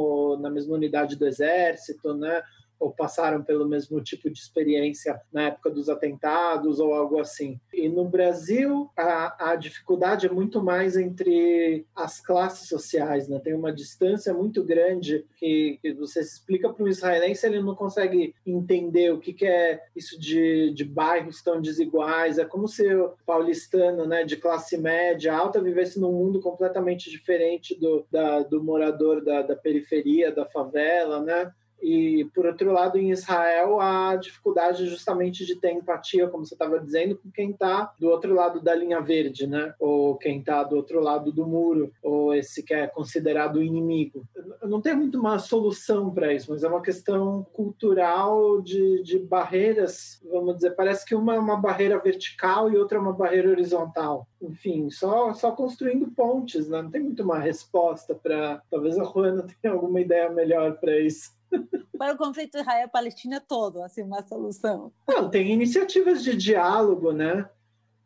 C: na mesma unidade do exército, né? Ou passaram pelo mesmo tipo de experiência na época dos atentados ou algo assim. E no Brasil, a dificuldade é muito mais entre as classes sociais, né? Tem uma distância muito grande que você explica para um israelense, ele não consegue entender o que é isso de bairros tão desiguais. É como se o paulistano, né, de classe média alta vivesse num mundo completamente diferente do morador da periferia, da favela, né? E, por outro lado, em Israel, a dificuldade justamente de ter empatia, como você estava dizendo, com quem está do outro lado da linha verde, né? Ou quem está do outro lado do muro, ou esse que é considerado o inimigo. Eu não tenho muito uma solução para isso, mas é uma questão cultural de barreiras, vamos dizer, parece que uma é uma barreira vertical e outra é uma barreira horizontal. Enfim, só construindo pontes, né? Não tem muito uma resposta para... Talvez a Juana tenha alguma ideia melhor para isso.
D: Para o conflito Israel-Palestina todo, assim, uma solução.
C: Não, tem iniciativas de diálogo, né?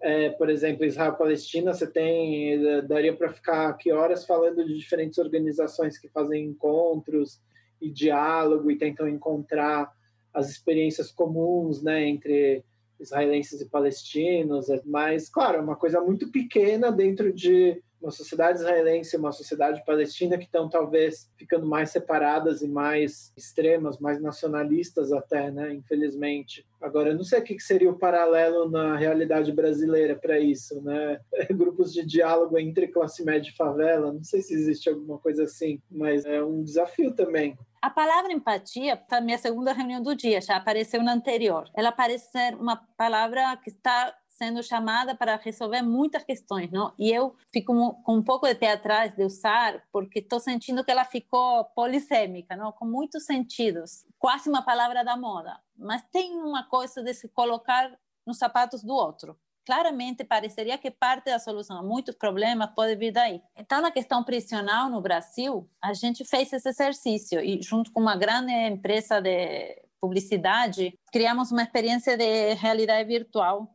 C: por exemplo, Israel-Palestina, daria para ficar aqui horas falando de diferentes organizações que fazem encontros e diálogo e tentam encontrar as experiências comuns, né, entre israelenses e palestinos, mas, claro, é uma coisa muito pequena dentro de uma sociedade israelense e uma sociedade palestina que estão talvez ficando mais separadas e mais extremas, mais nacionalistas até, né, infelizmente. Agora, eu não sei o que seria o paralelo na realidade brasileira para isso, né? Grupos de diálogo entre classe média e favela, não sei se existe alguma coisa assim, mas é um desafio também.
D: A palavra empatia, para a minha segunda reunião do dia, já apareceu na anterior. Ela parece ser uma palavra que está sendo chamada para resolver muitas questões, não? E eu fico com um pouco de pé atrás de usar, porque estou sentindo que ela ficou polissêmica, não? Com muitos sentidos, quase uma palavra da moda. Mas tem uma coisa de se colocar nos sapatos do outro. Claramente pareceria que parte da solução a muitos problemas pode vir daí. Então, na questão prisional no Brasil, a gente fez esse exercício e, junto com uma grande empresa de publicidade, criamos uma experiência de realidade virtual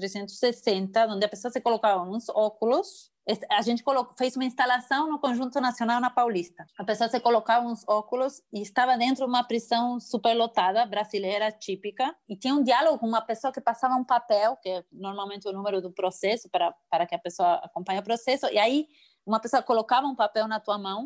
D: 360, onde a pessoa se colocava uns óculos. A gente fez uma instalação no Conjunto Nacional na Paulista. A pessoa se colocava uns óculos e estava dentro de uma prisão superlotada, brasileira, típica, e tinha um diálogo com uma pessoa que passava um papel, que é normalmente o número do processo, para que a pessoa acompanhe o processo, e aí uma pessoa colocava um papel na tua mão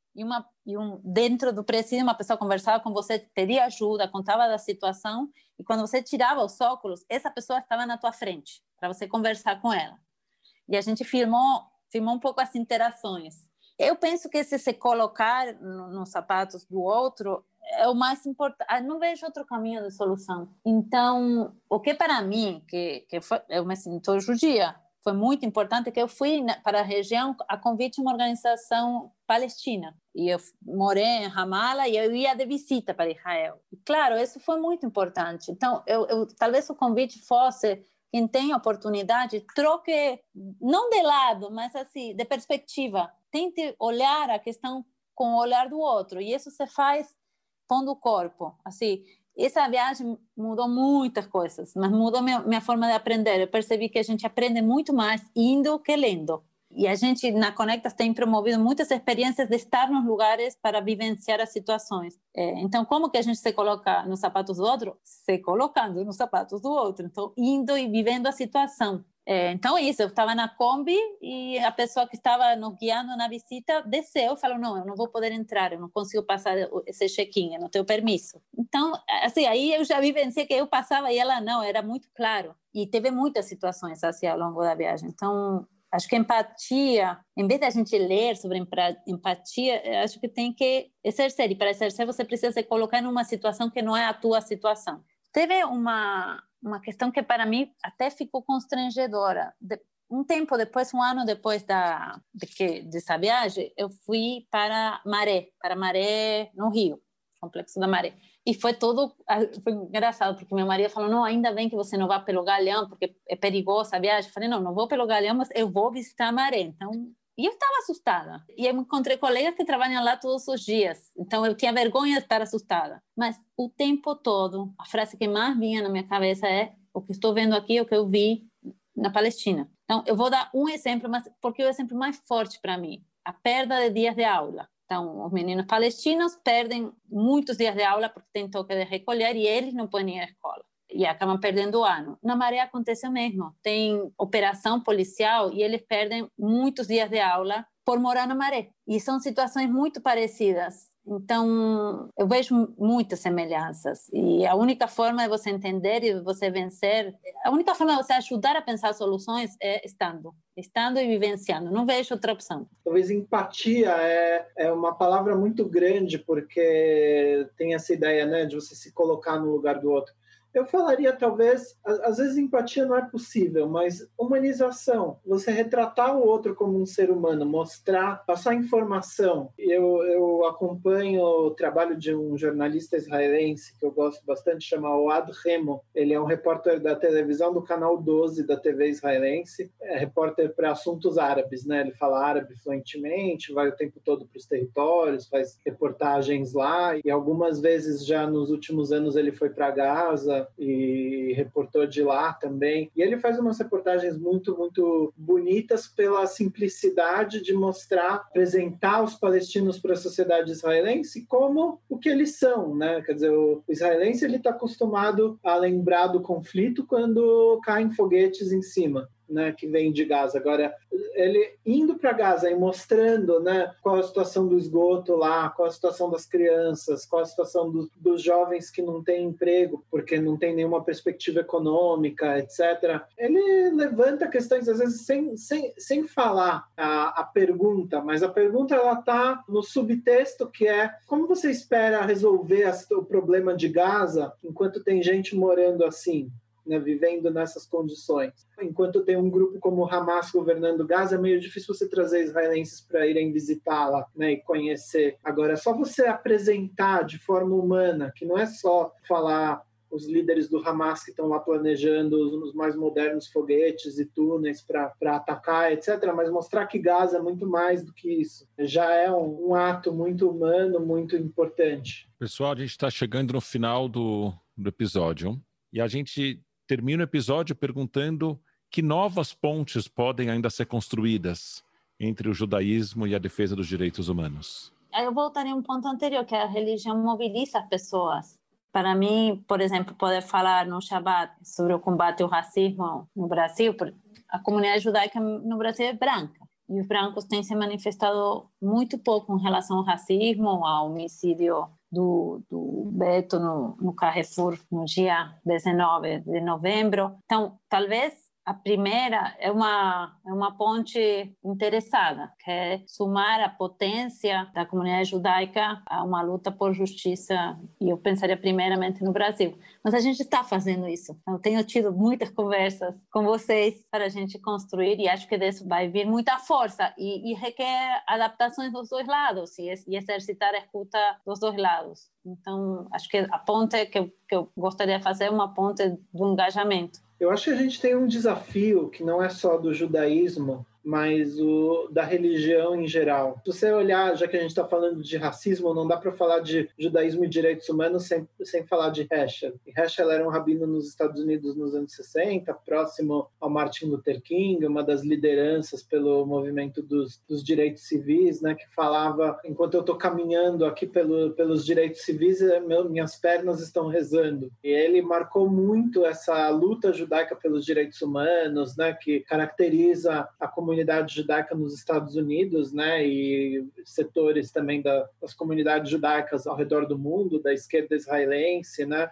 D: e dentro do presídio uma pessoa conversava com você, pedia ajuda, contava da situação, e quando você tirava os óculos, essa pessoa estava na tua frente, para você conversar com ela. E a gente filmou um pouco as interações. Eu penso que se colocar nos sapatos do outro é o mais importante. Não vejo outro caminho de solução. Então, o que para mim, eu me sinto judia, foi muito importante que eu fui para a região a convite de uma organização palestina. E eu morei em Ramallah e eu ia de visita para Israel. E, claro, isso foi muito importante. Então, talvez o convite fosse: quem tem oportunidade, troque, não de lado, mas assim, de perspectiva. Tente olhar a questão com o olhar do outro. E isso se faz pondo o corpo. Assim, essa viagem mudou muitas coisas, mas mudou minha forma de aprender. Eu percebi que a gente aprende muito mais indo que lendo. E a gente, na Conectas, tem promovido muitas experiências de estar nos lugares para vivenciar as situações. Então, como que a gente se coloca nos sapatos do outro? Se colocando nos sapatos do outro. Então, indo e vivendo a situação. Então, isso. Eu estava na Kombi e a pessoa que estava nos guiando na visita desceu e falou: não, eu não vou poder entrar, eu não consigo passar esse check-in, eu não tenho permisso. Então, assim, aí eu já vivenciei que eu passava e ela não, era muito claro. E teve muitas situações assim ao longo da viagem. Então, acho que empatia, em vez de a gente ler sobre empatia, acho que tem que exercer. E para exercer, você precisa se colocar em uma situação que não é a tua situação. Teve uma questão que, para mim, até ficou constrangedora. Um tempo depois, um ano depois dessa viagem, eu fui para Maré, no Rio, Complexo da Maré. E foi engraçado, porque meu marido falou: não, ainda bem que você não vai pelo Galeão, porque é perigosa a viagem. Eu falei: não vou pelo Galeão, mas eu vou visitar a Maré. Então, e eu estava assustada. E eu encontrei colegas que trabalham lá todos os dias. Então, eu tinha vergonha de estar assustada. Mas o tempo todo, a frase que mais vinha na minha cabeça é: o que estou vendo aqui é o que eu vi na Palestina. Então, eu vou dar um exemplo, mas porque é o exemplo mais forte para mim: a perda de dias de aula. Então, os meninos palestinos perdem muitos dias de aula porque tem toque de recolher e eles não podem ir à escola. E acabam perdendo o ano. Na Maré acontece o mesmo. Tem operação policial e eles perdem muitos dias de aula por morar na Maré. E são situações muito parecidas. Então, eu vejo muitas semelhanças. E a única forma de você entender e de você vencer, a única forma de você ajudar a pensar soluções é estando e vivenciando. Não vejo outra opção.
C: Talvez empatia é uma palavra muito grande, porque tem essa ideia, né, de você se colocar no lugar do outro. Eu falaria, talvez, às vezes empatia não é possível, mas humanização, você retratar o outro como um ser humano, mostrar, passar informação. Eu acompanho o trabalho de um jornalista israelense que eu gosto bastante, chama Oad Remo. Ele é um repórter da televisão do canal 12 da TV israelense, é repórter para assuntos árabes, né? Ele fala árabe fluentemente, vai o tempo todo para os territórios, faz reportagens lá, e algumas vezes já nos últimos anos ele foi para Gaza. Rússia e reportou de lá também. E ele faz umas reportagens muito, muito bonitas pela simplicidade de mostrar, apresentar os palestinos para a sociedade israelense como o que eles são, né? Quer dizer, o israelense ele está acostumado a lembrar do conflito quando caem foguetes em cima, né, que vem de Gaza. Agora, ele indo para Gaza e mostrando, né, qual a situação do esgoto lá, qual a situação das crianças, qual a situação dos jovens que não têm emprego, porque não tem nenhuma perspectiva econômica, etc. Ele levanta questões, às vezes, sem falar a pergunta, mas a pergunta está no subtexto, que é como você espera resolver o problema de Gaza enquanto tem gente morando assim? Né, vivendo nessas condições. Enquanto tem um grupo como o Hamas governando Gaza, é meio difícil você trazer israelenses para irem visitá-la, né, e conhecer. Agora, é só você apresentar de forma humana, que não é só falar os líderes do Hamas que estão lá planejando os mais modernos foguetes e túneis para atacar, etc., mas mostrar que Gaza é muito mais do que isso. Já é um ato muito humano, muito importante.
A: Pessoal, a gente está chegando no final do episódio e a gente termina o episódio perguntando que novas pontes podem ainda ser construídas entre o judaísmo e a defesa dos direitos humanos.
D: Eu voltaria a um ponto anterior, que a religião mobiliza as pessoas. Para mim, por exemplo, poder falar no Shabbat sobre o combate ao racismo no Brasil, a comunidade judaica no Brasil é branca, e os brancos têm se manifestado muito pouco em relação ao racismo, ao homicídio do Beto no Carrefour no dia 19 de novembro. Então, talvez a primeira é uma ponte interessada, que é sumar a potência da comunidade judaica a uma luta por justiça, e eu pensaria primeiramente no Brasil. Mas a gente está fazendo isso. Eu tenho tido muitas conversas com vocês para a gente construir, e acho que disso vai vir muita força, e requer adaptações dos dois lados, e exercitar a escuta dos dois lados. Então, acho que a ponte que eu gostaria de fazer é uma ponte do engajamento.
C: Eu acho que a gente tem um desafio que não é só do judaísmo, mas da religião em geral. Se você olhar, já que a gente está falando de racismo, não dá para falar de judaísmo e direitos humanos sem falar de Heschel. E Heschel era um rabino nos Estados Unidos nos anos 60, próximo ao Martin Luther King, uma das lideranças pelo movimento dos direitos civis, né, que falava, enquanto eu estou caminhando aqui pelos direitos civis, minhas pernas estão rezando. E ele marcou muito essa luta judaica pelos direitos humanos, né, que caracteriza a comunidade judaica nos Estados Unidos, né, e setores também das comunidades judaicas ao redor do mundo, da esquerda israelense, né,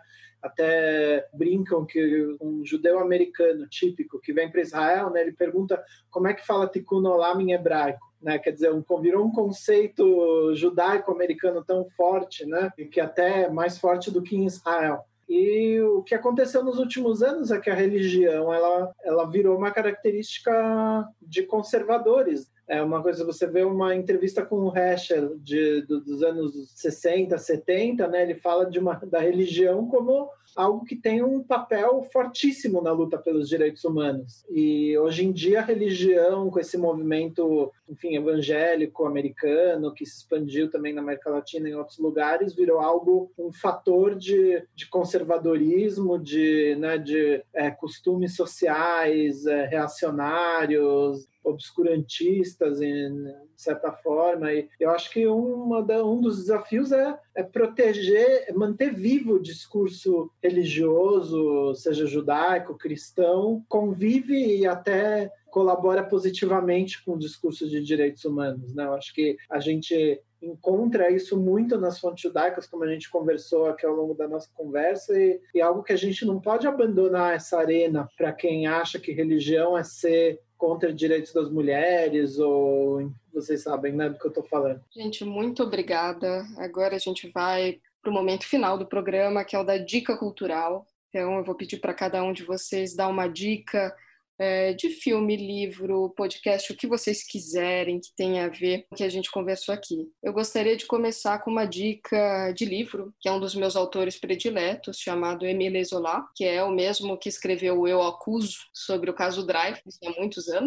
C: até brincam que um judeu americano típico que vem para Israel, né, ele pergunta como é que fala Tikkun Olam em hebraico. Né, quer dizer, virou um conceito judaico-americano tão forte, né, que até é mais forte do que em Israel. E o que aconteceu nos últimos anos é que a religião ela virou uma característica de conservadores. É uma coisa, você vê uma entrevista com o Heschel dos anos 60, 70, né? Ele fala da religião como algo que tem um papel fortíssimo na luta pelos direitos humanos. E hoje em dia a religião, com esse movimento, enfim, evangélico americano, que se expandiu também na América Latina e em outros lugares, virou um fator de conservadorismo, de costumes sociais reacionários, obscurantistas, de certa forma. E eu acho que um dos desafios é proteger, manter vivo o discurso religioso, seja judaico, cristão, convive e até colabora positivamente com o discurso de direitos humanos, né? Eu acho que a gente encontra isso muito nas fontes judaicas, como a gente conversou aqui ao longo da nossa conversa, e algo que a gente não pode abandonar essa arena para quem acha que religião é ser contra direitos das mulheres, ou vocês sabem, né, do que eu estou falando.
B: Gente, muito obrigada. Agora a gente vai para o momento final do programa, que é o da dica cultural. Então eu vou pedir para cada um de vocês dar uma dica de filme, livro, podcast, o que vocês quiserem que tenha a ver com o que a gente conversou aqui. Eu gostaria de começar com uma dica de livro, que é um dos meus autores prediletos, chamado Émile Zola, que é o mesmo que escreveu Eu Acuso, sobre o caso Dreyfus há muitos anos.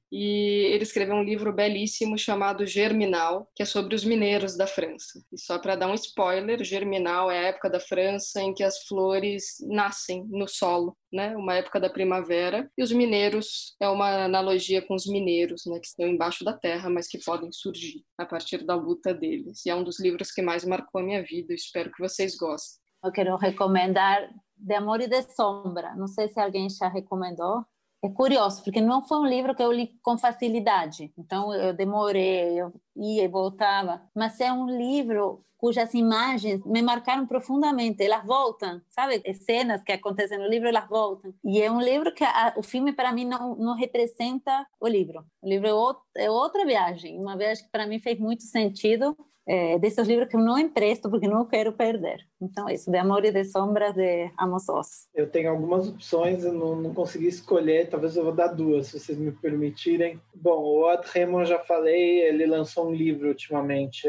B: e ele escreveu um livro belíssimo chamado Germinal, que é sobre os mineiros da França. E só para dar um spoiler, Germinal é a época da França em que as flores nascem no solo, né? Uma época da primavera, e os mineiros é uma analogia com os mineiros, né? Que estão embaixo da terra, mas que podem surgir a partir da luta deles. E é um dos livros que mais marcou a minha vida, eu espero que vocês gostem.
D: Eu quero recomendar De Amor e de Sombra. Não sei se alguém já recomendou. É curioso, porque não foi um livro que eu li com facilidade. Então, eu demorei, eu ia e voltava. Mas é um livro cujas imagens me marcaram profundamente. Elas voltam, sabe? As cenas que acontecem no livro, elas voltam. E é um livro que o filme, para mim, não representa o livro. O livro é outra viagem. Uma viagem que, para mim, fez muito sentido. Desses livros que eu não empresto porque não quero perder. Então, isso, De Amor e de Sombras, de Amos Oz.
C: Eu tenho algumas opções, eu não consegui escolher, talvez eu vou dar duas, se vocês me permitirem. Bom, o Aud Raymond, já falei, ele lançou um livro ultimamente.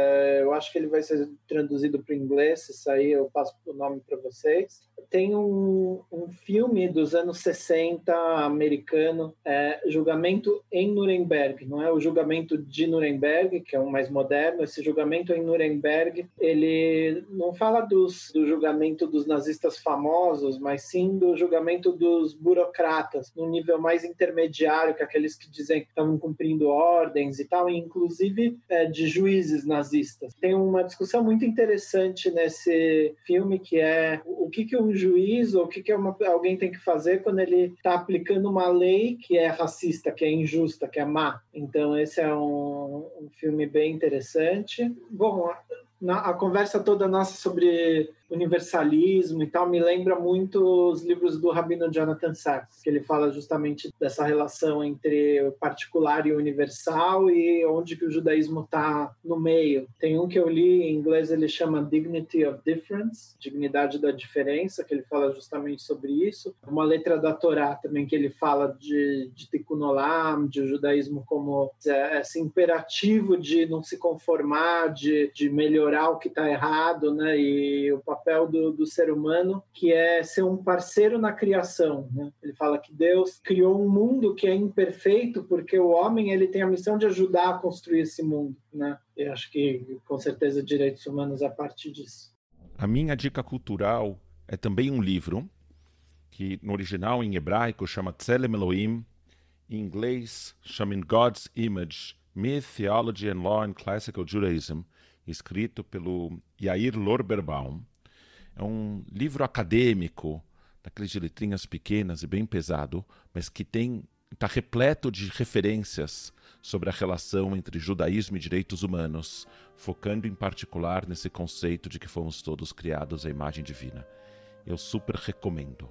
C: Eu acho que ele vai ser traduzido para o inglês, se sair eu passo o nome para vocês. Tem um filme dos anos 60, americano, Julgamento em Nuremberg. Não é o Julgamento de Nuremberg, que é um mais moderno, esse Julgamento em Nuremberg, ele não fala do julgamento dos nazistas famosos, mas sim do julgamento dos burocratas, num nível mais intermediário, que aqueles que dizem que estavam cumprindo ordens e tal, e inclusive de juízes nazistas. Tem uma discussão muito interessante nesse filme, que é o que um juiz ou o que alguém tem que fazer quando ele está aplicando uma lei que é racista, que é injusta, que é má. Então esse é um filme bem interessante. Bom, a conversa toda nossa sobre universalismo e tal me lembra muito os livros do Rabino Jonathan Sacks, que ele fala justamente dessa relação entre o particular e o universal e onde que o judaísmo está no meio. Tem um que eu li em inglês, ele chama Dignity of Difference, Dignidade da Diferença, que ele fala justamente sobre isso. Uma letra da Torá também que ele fala de Tikkun Olam, de o judaísmo como esse imperativo de não se conformar, de melhorar o que está errado, né? E o papel do ser humano, que é ser um parceiro na criação, né? Ele fala que Deus criou um mundo que é imperfeito porque o homem ele tem a missão de ajudar a construir esse mundo, né? Eu acho que, com certeza, direitos humanos é parte disso.
A: A minha dica cultural é também um livro que, no original, em hebraico, chama Tselem Elohim, em inglês, chama In God's Image, Myth, Theology and Law in Classical Judaism, escrito pelo Yair Lorberbaum. É um livro acadêmico, daqueles de letrinhas pequenas e bem pesado, mas que está repleto de referências sobre a relação entre judaísmo e direitos humanos, focando em particular nesse conceito de que fomos todos criados à imagem divina. Eu super recomendo.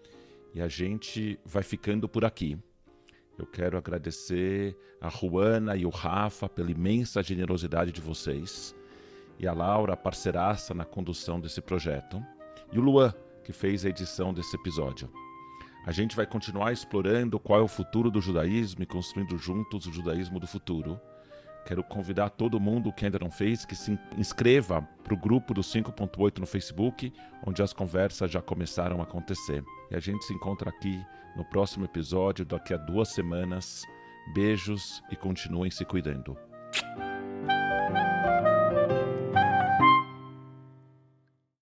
A: E a gente vai ficando por aqui. Eu quero agradecer a Juana e o Rafa pela imensa generosidade de vocês, e a Laura, parceiraça na condução desse projeto, e o Luan, que fez a edição desse episódio. A gente vai continuar explorando qual é o futuro do judaísmo e construindo juntos o judaísmo do futuro. Quero convidar todo mundo que ainda não fez que se inscreva para o grupo do 5.8 no Facebook, onde as conversas já começaram a acontecer. E a gente se encontra aqui no próximo episódio, daqui a 2 semanas. Beijos e continuem se cuidando.